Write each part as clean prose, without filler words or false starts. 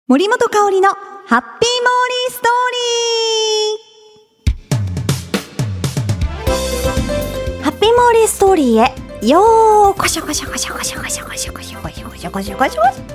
森本香織のハッピーモーリーストーリー。ハッピーモーリーストーリーへようこしょこしょこしょこしょこしょこしょこしょこしょこしょこしょこしょ。いやもう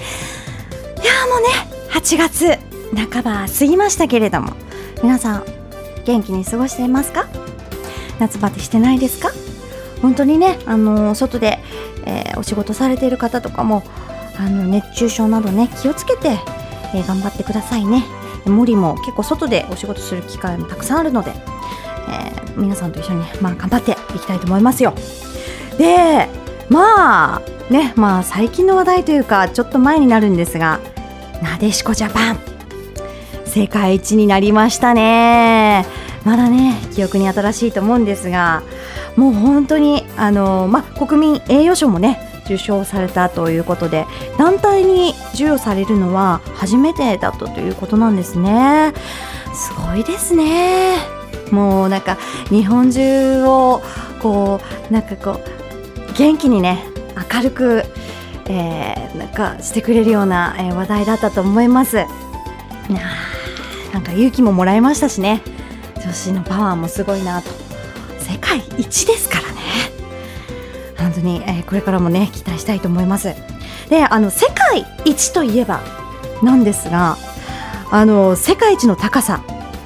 ね、8月半ば過ぎましたけれども、皆さん元気に過ごしていますか？夏バテしてないですか？本当にね、外で、お仕事されている方とかも熱中症などね気をつけて、頑張ってくださいね。森も結構外でお仕事する機会もたくさんあるので、皆さんと一緒にね、頑張っていきたいと思いますよ。で、最近の話題というかちょっと前になるんですが、なでしこジャパン世界一になりましたね。まだね記憶に新しいと思うんですが、もう本当に国民栄誉賞もね受賞されたということで、団体に授与されるのは初めてだったということなんですね。すごいですね。もうなんか日本中を元気にね明るく、してくれるような、話題だったと思います。なんか勇気ももらいましたしね、女子のパワーもすごいなと。世界一ですからね、本当に、これからもね期待したいと思います。で、世界一といえばなんですが、世界一の高さ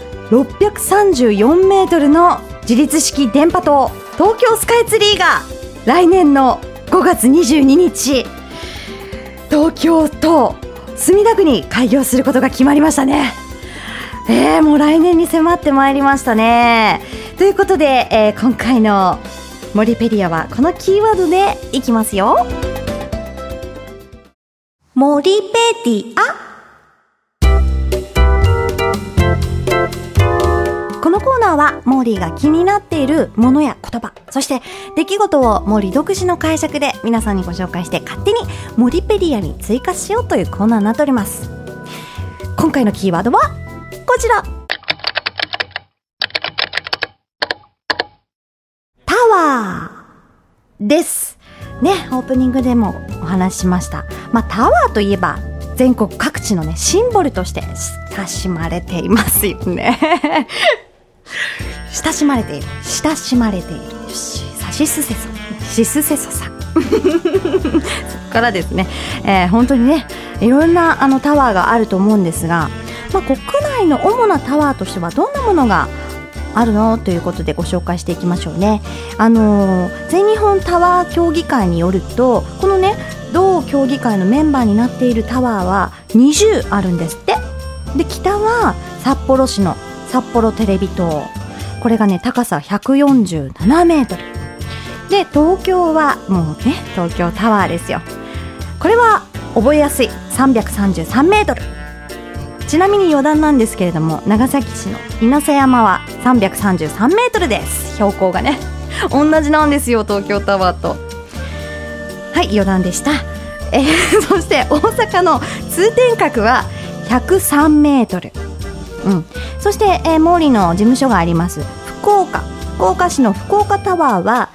634メートルの自立式電波塔、東京スカイツリーが来年の5月22日東京都墨田区に開業することが決まりましたね。もう来年に迫ってまいりましたね。ということで、今回のモリペディアはこのキーワードでいきますよ。モリペディア。このコーナーはモーリーが気になっているものや言葉、そして出来事をモーリー独自の解釈で皆さんにご紹介して、勝手にモリペディアに追加しようというコーナーになっております。今回のキーワードはこちら、タワーですね。オープニングでもお話ししました。タワーといえば全国各地のねシンボルとして親しまれていますよね。親しまれているさしすせそさそこからですね、本当にねいろんなタワーがあると思うんですが、国内の主なタワーとしてはどんなものがあるのということでご紹介していきましょうね。全日本タワー協議会によると、このね同協議会のメンバーになっているタワーは20あるんですって。で、北は札幌市の札幌テレビ塔、これがね高さ147メートルで、東京はもうね東京タワーですよ。これは覚えやすい333メートル。ちなみに余談なんですけれども、長崎市の稲佐山は333メートルです。標高がね同じなんですよ、東京タワーと。はい、余談でした。そして大阪の通天閣は103メートル、そして、モーリーの事務所があります福岡市の福岡タワーは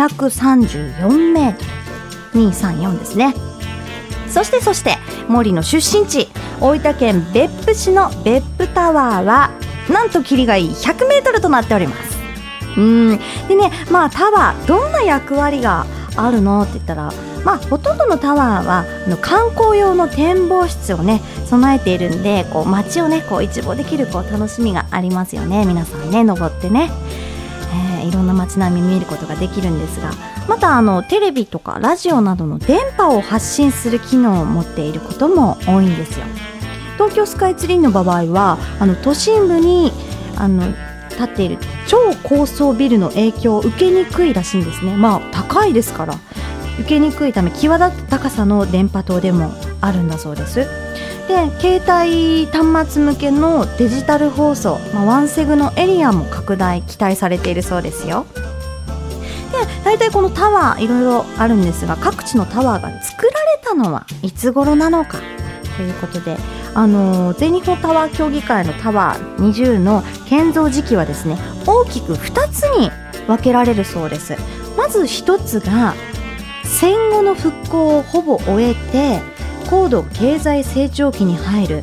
234メートル、234ですね。そしてモーリーの出身地大分県別府市の別府タワーはなんとキリがいい100メートルとなっております。でね、タワーどんな役割があるのって言ったら、ほとんどのタワーは観光用の展望室をね備えているんで、街をね一望できる楽しみがありますよね。皆さんね登ってね、いろんな街並み見ることができるんですが、またテレビとかラジオなどの電波を発信する機能を持っていることも多いんですよ。東京スカイツリーの場合は都心部に建っている超高層ビルの影響を受けにくいらしいんですね。高いですから受けにくいため、際立った高さの電波塔でもあるんだそうです。で、携帯端末向けのデジタル放送、ワンセグのエリアも拡大期待されているそうですよ。で、大体このタワーいろいろあるんですが、各地のタワーが作られたのはいつ頃なのかということで、全日本タワー協議会のタワー20の建造時期はですね、大きく2つに分けられるそうです。まず1つが戦後の復興をほぼ終えて高度経済成長期に入る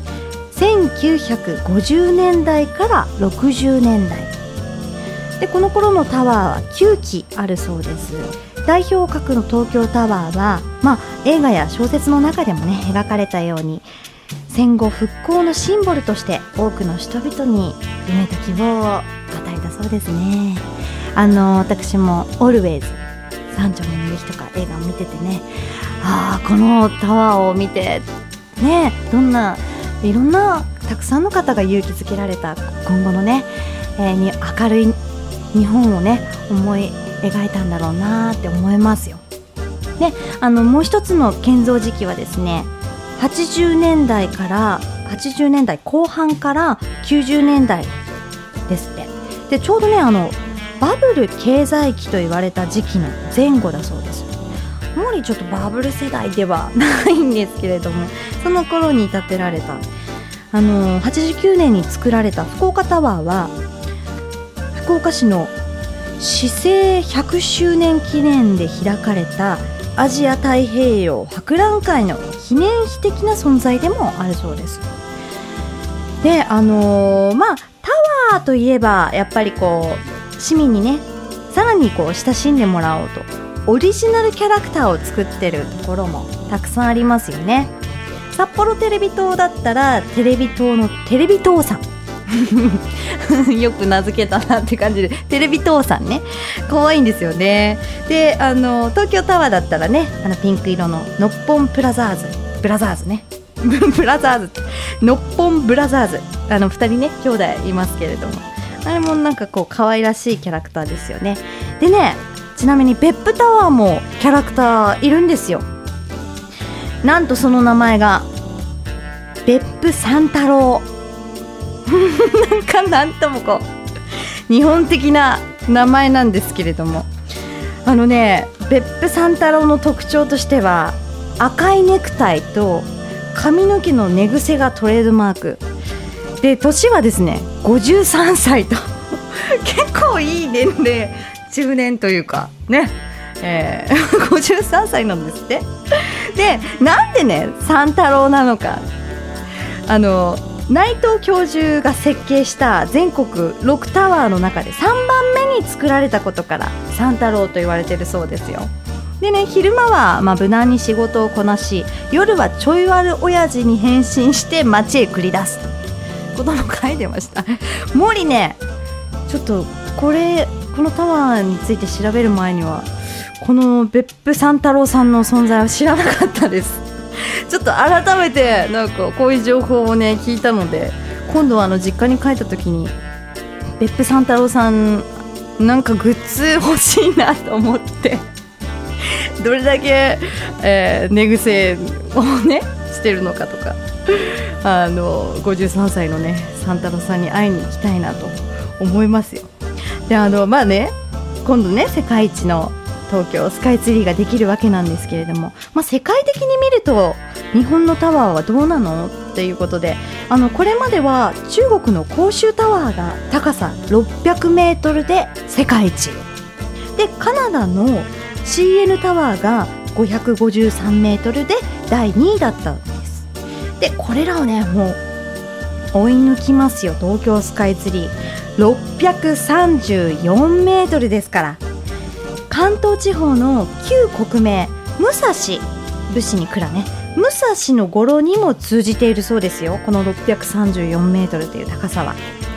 1950年代から60年代で、この頃のタワーは9基あるそうです。代表格の東京タワーは、映画や小説の中でもね描かれたように戦後復興のシンボルとして多くの人々に夢と希望を与えたそうですね。私もオルウェイズ三丁目の夕日とか映画を見ててね、このタワーを見てね、いろんなたくさんの方が勇気づけられた今後のね、明るい日本をね思い描いたんだろうなって思いますよ。で、もう一つの建造時期はですね、80年代後半から90年代ですって。で、ちょうどねバブル経済期と言われた時期の前後だそうです。あまりちょっとバブル世代ではないんですけれども、その頃に建てられた89年に作られた福岡タワーは、福岡市の市政100周年記念で開かれたアジア太平洋博覧会の記念碑的な存在でもあるそうです。で、タワーといえばやっぱり市民にねさらに親しんでもらおうとオリジナルキャラクターを作ってるところもたくさんありますよね。札幌テレビ塔だったらテレビ塔のテレビ塔さんよく名付けたなって感じで、テレビ塔さんね、可愛いんですよね。で、東京タワーだったらね、ピンク色のノッポンブラザーズねブラザーズってノッポンブラザーズ、2人ね兄弟いますけれども、あれもなんか可愛らしいキャラクターですよね。でね、ちなみに別府タワーもキャラクターいるんですよ。なんとその名前が別府三太郎なんとも日本的な名前なんですけれども、別府三太郎の特徴としては赤いネクタイと髪の毛の寝癖がトレードマークで、年はですね53歳と結構いい年齢、中年というかね、53歳なんですって。で、なんでね三太郎なのか、内藤教授が設計した全国6タワーの中で3番目に作られたことから三太郎と言われているそうですよ。でね、昼間は無難に仕事をこなし、夜はちょい悪親父に変身して街へ繰り出すことも書いてました。モリね、ちょっとこのタワーについて調べる前にはこの別府三太郎さんの存在を知らなかったです。ちょっと改めてなんかこういう情報をね聞いたので、今度実家に帰った時に別府三太郎さんなんかグッズ欲しいなと思ってどれだけ、寝癖をねしてるのかとか、53歳のね三太郎さんに会いに行きたいなと思いますよ。で、今度ね世界一の東京スカイツリーができるわけなんですけれども、世界的に見ると日本のタワーはどうなのっていうことで、これまでは中国の広州タワーが高さ600メートルで世界一で、カナダの CN タワーが553メートルで第2位だったんです。で、これらをねもう追い抜きますよ。東京スカイツリー634メートルですから、関東地方の旧国名武蔵、武士に蔵ね、武蔵の語呂にも通じているそうですよ、この634メートルという高さは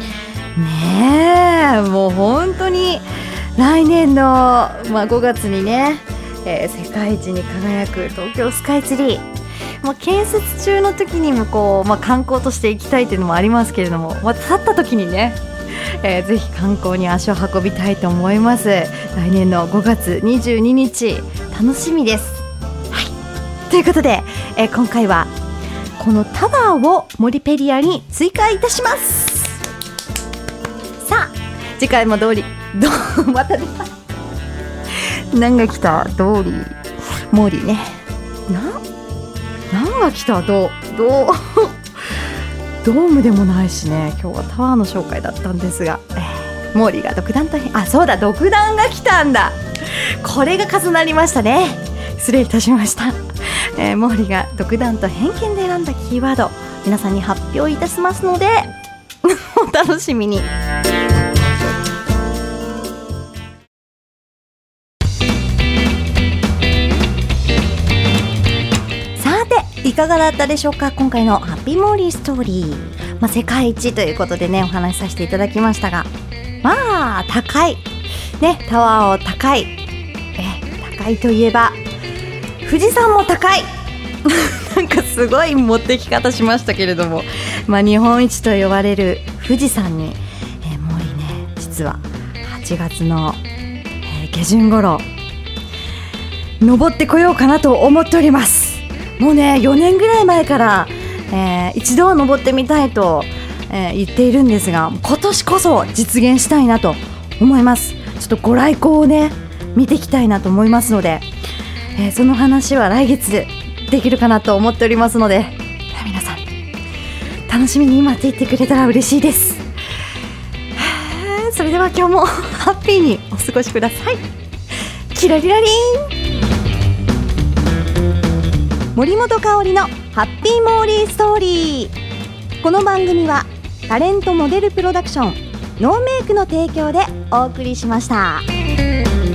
ね。もう本当に来年の、5月にね、世界一に輝く東京スカイツリー、建設中の時にも観光として行きたいというのもありますけれども、立った時にね、ぜひ観光に足を運びたいと思います。来年の5月22日楽しみです。はい、ということで、今回はこのタワーをモリペリアに追加いたします。さあ次回もまた出た何が来たモリね、何が来たドームでもないしね、今日はタワーの紹介だったんですが、モーリーが独断とそうだ、独断が来たんだ。これが重なりましたね。失礼いたしました。 モーリーが独断と偏見で選んだキーワード、皆さんに発表いたしますのでお楽しみに。さていかがだったでしょうか。今回のハッピーモーリーストーリー、世界一ということでねお話しさせていただきましたが、高いね、タワーを高いといえば富士山も高いなんかすごい持ってき方しましたけれども、日本一と呼ばれる富士山に、モーリーね実は8月の、下旬頃登ってこようかなと思っております。もうね4年ぐらい前から、一度は登ってみたいと、言っているんですが、今年こそ実現したいなと思います。ちょっとご来光をね見ていきたいなと思いますので、その話は来月できるかなと思っておりますので、皆さん楽しみに待っていてくれたら嬉しいです。それでは今日もハッピーにお過ごしください。キラリラリン、森本香織のハッピーモーリーストーリー。この番組はタレントモデルプロダクションノーメイクの提供でお送りしました。